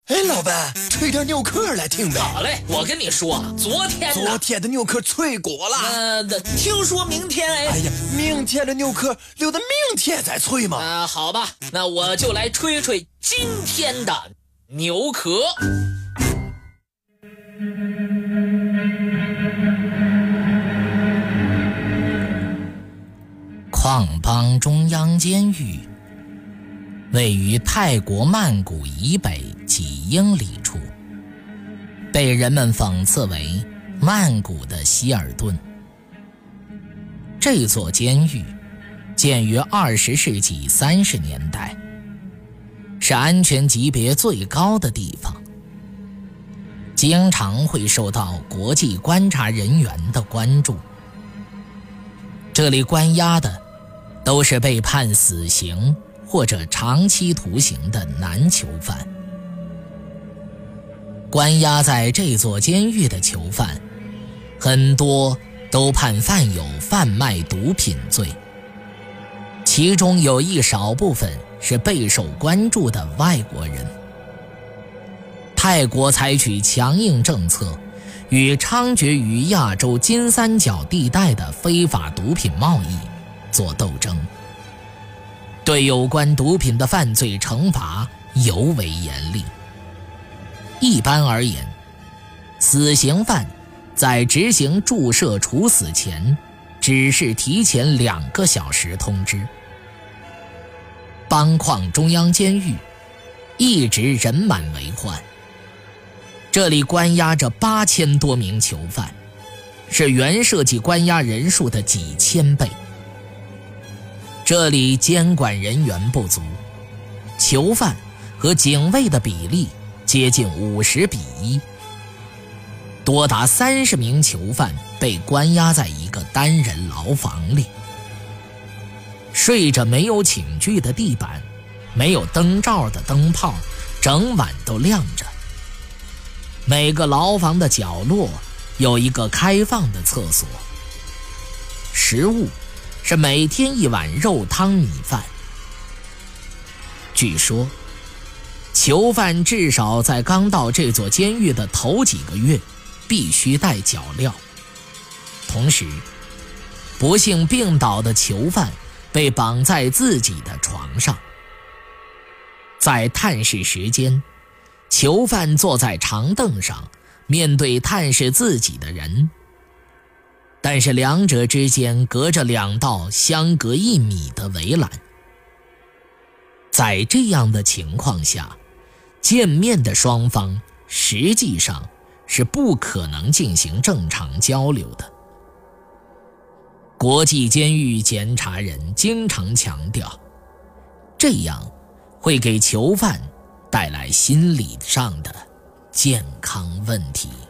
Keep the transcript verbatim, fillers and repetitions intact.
哎，老板，吹点牛壳来听呗。 好嘞，我跟你说，昨天昨天的牛壳脆锅了。 呃，听说明天哎。 哎呀，明天的牛壳留到明天再吹嘛。 啊、呃，好吧，那我就来吹吹今天的牛壳。矿邦中央监狱位于泰国曼谷以北几英里处，被人们讽刺为曼谷的希尔顿。这座监狱建于二十世纪三十年代，是安全级别最高的地方，经常会受到国际观察人员的关注。这里关押的都是被判死刑或者长期徒刑的男囚犯。关押在这座监狱的囚犯，很多都判犯有贩卖毒品罪，其中有一少部分是备受关注的外国人。泰国采取强硬政策，与猖獗于亚洲金三角地带的非法毒品贸易做斗争，对有关毒品的犯罪惩罚尤为严厉。一般而言，死刑犯在执行注射处死前，只是提前两个小时通知。邦矿中央监狱一直人满为患，这里关押着八千多名囚犯，是原设计关押人数的几千倍。这里监管人员不足，囚犯和警卫的比例接近五十比一，多达三十名囚犯被关押在一个单人牢房里，睡着没有寝具的地板，没有灯罩的灯泡整晚都亮着。每个牢房的角落有一个开放的厕所，食物是每天一碗肉汤米饭。据说囚犯至少在刚到这座监狱的头几个月必须带脚镣，同时不幸病倒的囚犯被绑在自己的床上。在探视时间，囚犯坐在长凳上，面对探视自己的人，但是两者之间隔着两道相隔一米的围栏。在这样的情况下，见面的双方实际上是不可能进行正常交流的。国际监狱检查人经常强调，这样会给囚犯带来心理上的健康问题。